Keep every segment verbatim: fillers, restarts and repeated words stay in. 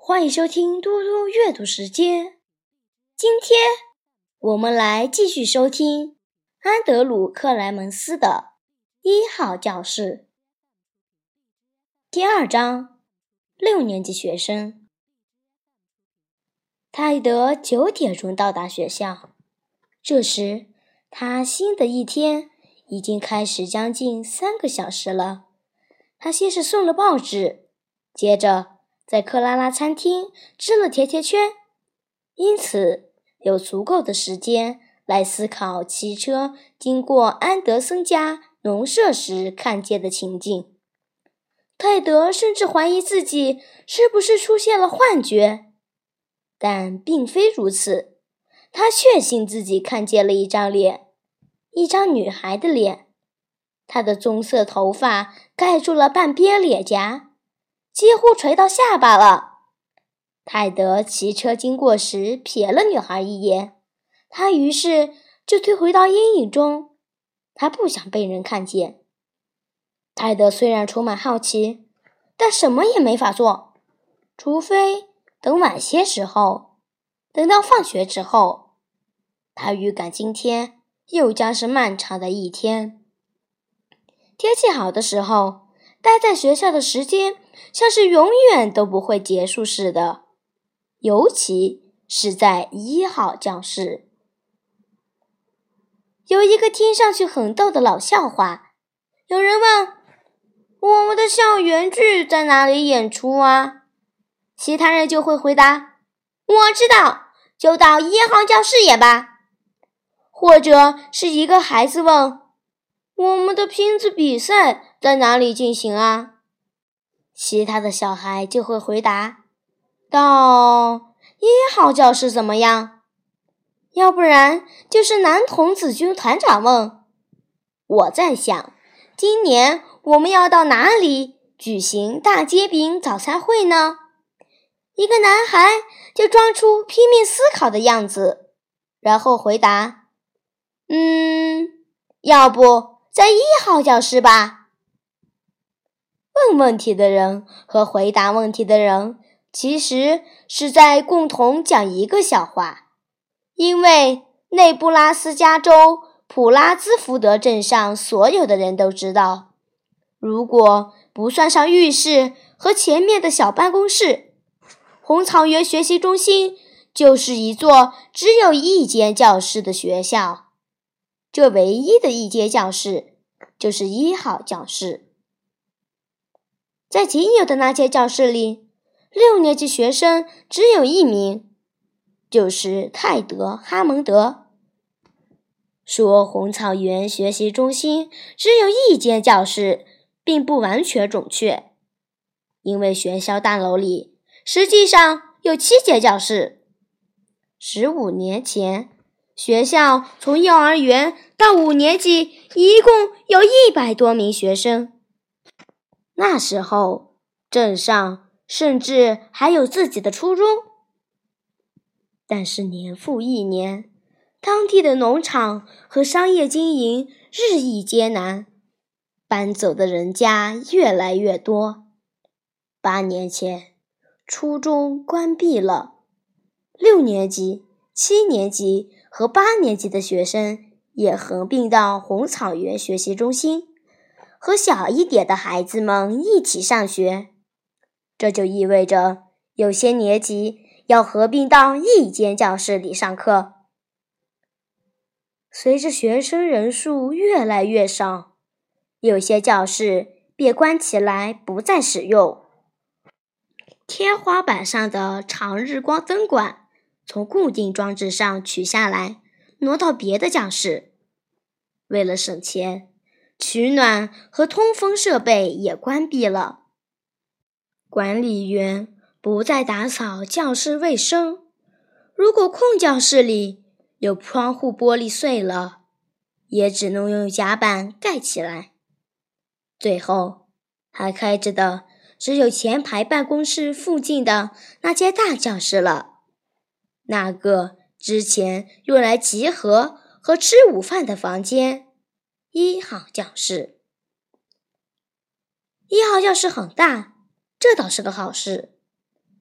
欢迎收听嘟嘟阅读时间。今天我们来继续收听安德鲁·克莱门斯的一号教室。第二章，六年级学生。泰德九点钟到达学校，这时他新的一天已经开始将近三个小时了。他先是送了报纸，接着在克拉拉餐厅织了甜甜圈，因此有足够的时间来思考骑车经过安德森家农舍时看见的情景。泰德甚至怀疑自己是不是出现了幻觉，但并非如此。他确信自己看见了一张脸，一张女孩的脸。她的棕色头发盖住了半边脸颊，几乎垂到下巴了。泰德骑车经过时瞥了女孩一眼，他于是就退回到阴影中。他不想被人看见。泰德虽然充满好奇，但什么也没法做，除非等晚些时候，等到放学之后。他预感今天又将是漫长的一天。天气好的时候，待在学校的时间像是永远都不会结束似的，尤其是在一号教室。有一个听上去很逗的老笑话，有人问：我们的校园剧在哪里演出啊？其他人就会回答：我知道，就到一号教室演吧。或者是一个孩子问：我们的拼字比赛在哪里进行啊？其他的小孩就会回答：到一号教室怎么样？要不然就是男童子军团长问：我在想，今年我们要到哪里举行大煎饼早餐会呢？一个男孩就装出拼命思考的样子，然后回答：嗯，要不在一号教室吧。问问题的人和回答问题的人其实是在共同讲一个笑话，因为内布拉斯加州普拉兹福德镇上所有的人都知道，如果不算上浴室和前面的小办公室，红草原学习中心就是一座只有一间教室的学校。这唯一的一间教室就是一号教室。在仅有的那间教室里，六年级学生只有一名，就是泰德·哈蒙德。说红草原学习中心只有一间教室并不完全准确，因为学校大楼里实际上有七间教室。十五年前，学校从幼儿园到五年级一共有一百多名学生。那时候，镇上甚至还有自己的初中。但是年复一年，当地的农场和商业经营日益艰难，搬走的人家越来越多。八年前，初中关闭了，六年级、七年级和八年级的学生也合并到红草原学习中心，和小一点的孩子们一起上学。这就意味着有些年级要合并到一间教室里上课。随着学生人数越来越少，有些教室被关起来不再使用。天花板上的长日光灯管从固定装置上取下来，挪到别的教室。为了省钱，取暖和通风设备也关闭了。管理员不再打扫教室卫生，如果空教室里有窗户玻璃碎了，也只能用夹板盖起来。最后，还开着的只有前排办公室附近的那间大教室了，那个之前用来集合和吃午饭的房间，一号教室。一号教室很大，这倒是个好事。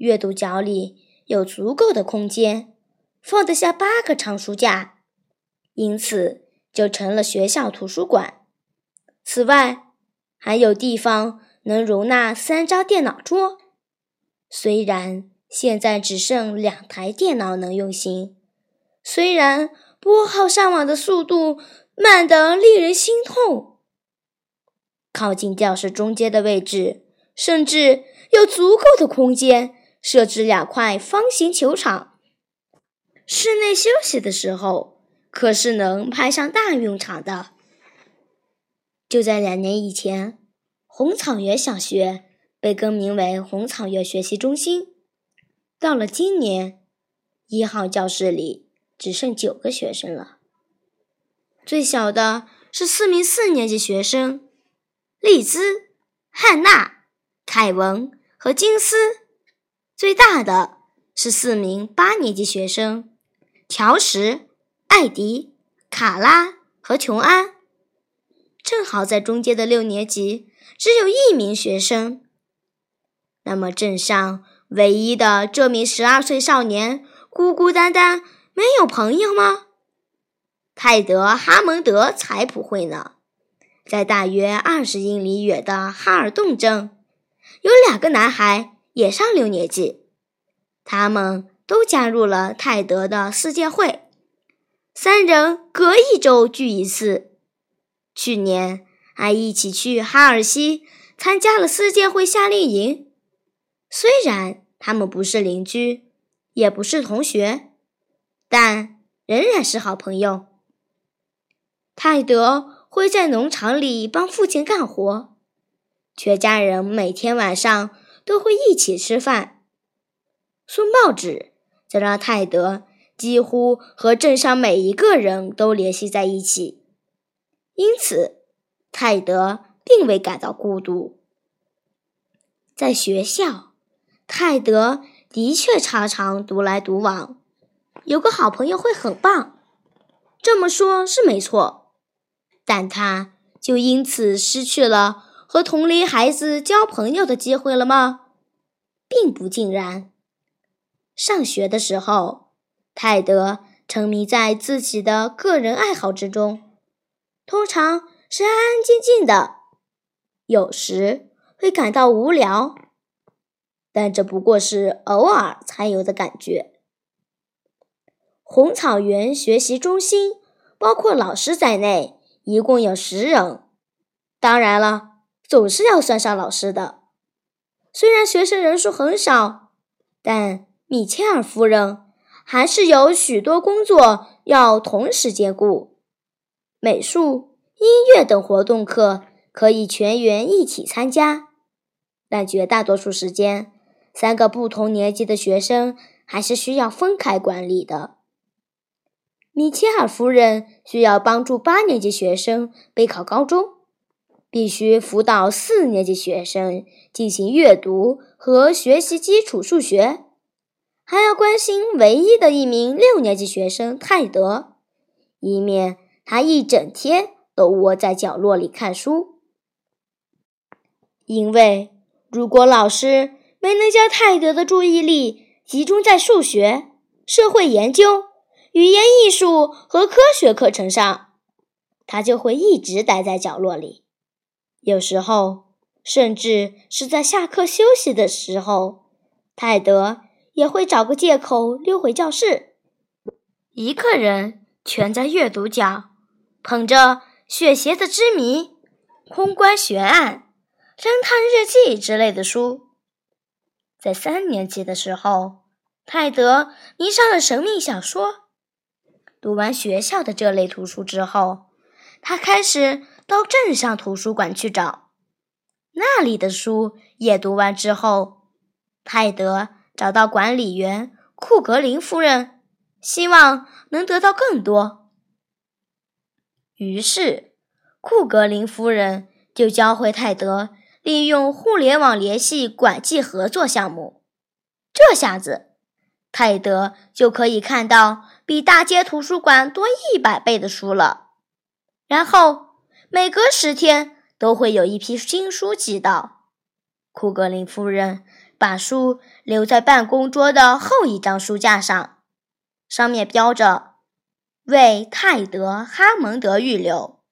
阅读角里有足够的空间，放得下八个长书架，因此就成了学校图书馆。此外，还有地方能容纳三张电脑桌。虽然现在只剩两台电脑能运行，虽然拨号上网的速度慢得令人心痛，靠近教室中间的位置，甚至有足够的空间设置两块方形球场。室内休息的时候，可是能派上大用场的。就在两年以前，红草原小学被更名为红草原学习中心。到了今年，一号教室里只剩九个学生了。最小的是四名四年级学生，丽兹、汉娜、凯文和金斯。最大的是四名八年级学生，乔什、艾迪、卡拉和琼安。正好在中间的六年级只有一名学生。那么镇上唯一的这名十二岁少年孤孤单单没有朋友吗？泰德哈蒙德才不会呢。在大约二十英里远的哈尔顿镇，有两个男孩也上六年级，他们都加入了泰德的世界会，三人隔一周聚一次。去年还一起去哈尔西参加了世界会夏令营。虽然他们不是邻居，也不是同学，但仍然是好朋友。泰德会在农场里帮父亲干活，全家人每天晚上都会一起吃饭。送报纸则让泰德几乎和镇上每一个人都联系在一起，因此泰德并未感到孤独。在学校，泰德的确常常独来独往，有个好朋友会很棒，这么说是没错，但他就因此失去了和同龄孩子交朋友的机会了吗？并不尽然。上学的时候，泰德沉迷在自己的个人爱好之中，通常是安安静静的，有时会感到无聊，但这不过是偶尔才有的感觉。红草原学习中心包括老师在内，一共有十人。当然了，总是要算上老师的。虽然学生人数很少，但米切尔夫人还是有许多工作要同时兼顾。美术、音乐等活动课可以全员一起参加，但绝大多数时间，三个不同年级的学生还是需要分开管理的。米切尔夫人需要帮助八年级学生备考高中，必须辅导四年级学生进行阅读和学习基础数学，还要关心唯一的一名六年级学生泰德，以免他一整天都窝在角落里看书。因为如果老师没能将泰德的注意力集中在数学、社会研究、语言艺术和科学课程上，他就会一直待在角落里。有时候，甚至是在下课休息的时候，泰德也会找个借口溜回教室，一个人蜷在阅读角，捧着雪鞋的之谜、空关悬案、侦探日记之类的书。在三年级的时候，泰德迷上了神秘小说。读完学校的这类图书之后，他开始到镇上图书馆去找。那里的书也读完之后，泰德找到管理员库格林夫人，希望能得到更多。于是，库格林夫人就教会泰德利用互联网联系馆际合作项目。这下子，泰德就可以看到比大街图书馆多一百倍的书了。然后，每隔十天都会有一批新书寄到。库格林夫人把书留在办公桌的后一张书架上，上面标着为泰德·哈蒙德预留。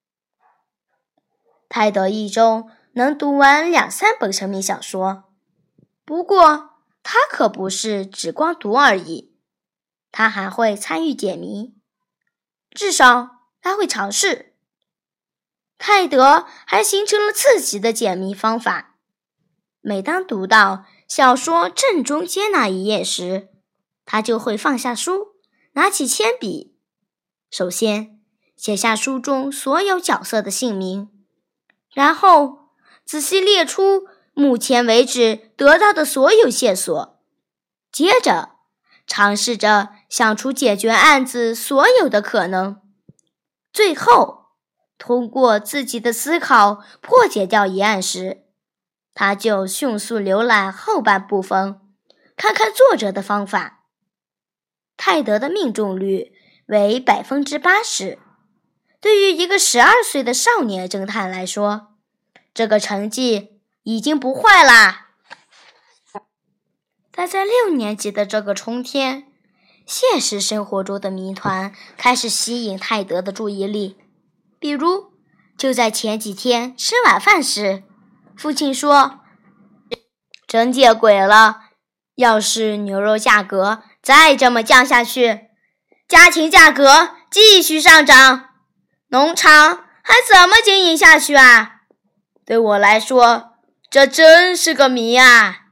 泰德一周能读完两三本神秘小说，不过他可不是只光读而已，他还会参与解谜，至少他会尝试。泰德还形成了自己的解谜方法，每当读到小说正中间那一页时，他就会放下书，拿起铅笔，首先写下书中所有角色的姓名，然后仔细列出目前为止得到的所有线索，接着尝试着想出解决案子所有的可能，最后通过自己的思考破解掉疑案时，他就迅速浏览后半部分，看看作者的方法。泰德的命中率为 百分之八十， 对于一个十二岁的少年侦探来说，这个成绩已经不坏啦。但在六年级的这个春天，现实生活中的谜团开始吸引泰德的注意力。比如，就在前几天吃晚饭时，父亲说：“真见鬼了！要是牛肉价格再这么降下去，家禽价格继续上涨，农场还怎么经营下去啊？对我来说，这真是个谜啊！”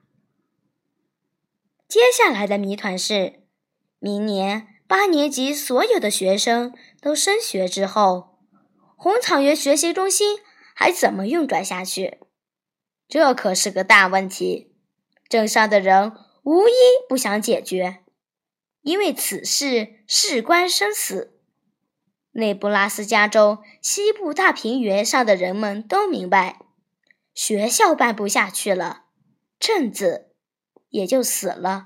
接下来的谜团是，明年八年级所有的学生都升学之后，红草原学习中心还怎么运转下去？这可是个大问题，镇上的人无一不想解决，因为此事事关生死。内布拉斯加州西部大平原上的人们都明白，学校办不下去了，镇子也就死了。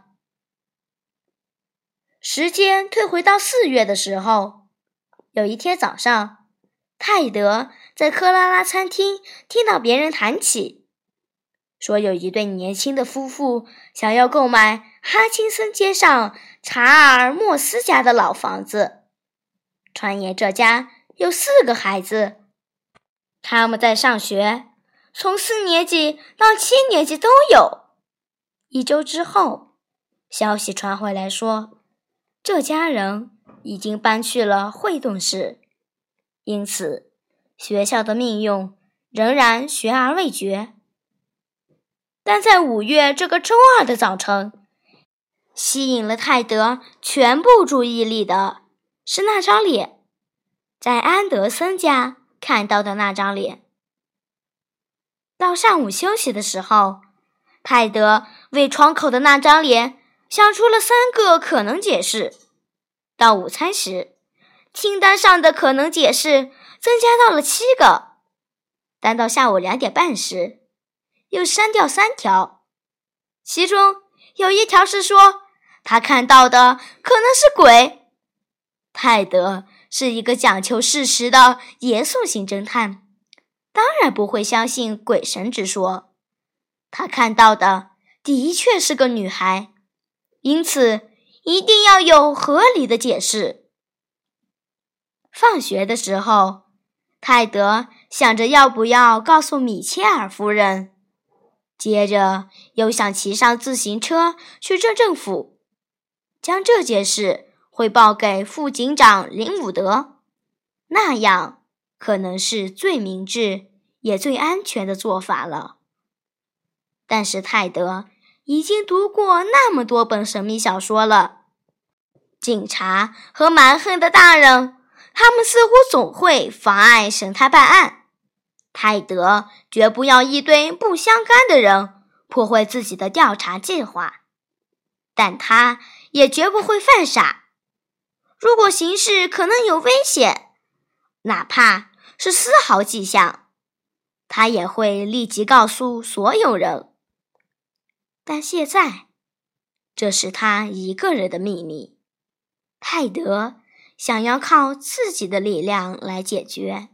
时间退回到四月的时候，有一天早上，泰德在克拉拉餐厅听到别人谈起，说有一对年轻的夫妇想要购买哈钦森街上查尔莫斯家的老房子。传言这家有四个孩子，他们在上学，从四年级到七年级都有。一周之后，消息传回来说，这家人已经搬去了惠顿市，因此学校的命运仍然悬而未决。但在五月这个周二的早晨，吸引了泰德全部注意力的是那张脸，在安德森家看到的那张脸。到上午休息的时候，泰德为窗口的那张脸想出了三个可能解释。到午餐时，清单上的可能解释增加到了七个，但到下午两点半时，又删掉三条。其中有一条是说，他看到的可能是鬼。泰德是一个讲求事实的严肃型侦探，当然不会相信鬼神之说。他看到的的确是个女孩，因此一定要有合理的解释。放学的时候，泰德想着要不要告诉米切尔夫人，接着又想骑上自行车去镇政府，将这件事汇报给副警长林伍德，那样可能是最明智也最安全的做法了。但是泰德已经读过那么多本神秘小说了，警察和蛮横的大人，他们似乎总会妨碍审探办案。泰德绝不要一堆不相干的人破坏自己的调查计划，但他也绝不会犯傻。如果形势可能有危险，哪怕是丝毫迹象，他也会立即告诉所有人。但现在，这是他一个人的秘密。泰德想要靠自己的力量来解决。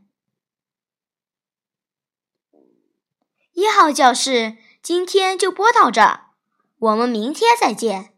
一号教室今天就播到这儿， 我们明天再见。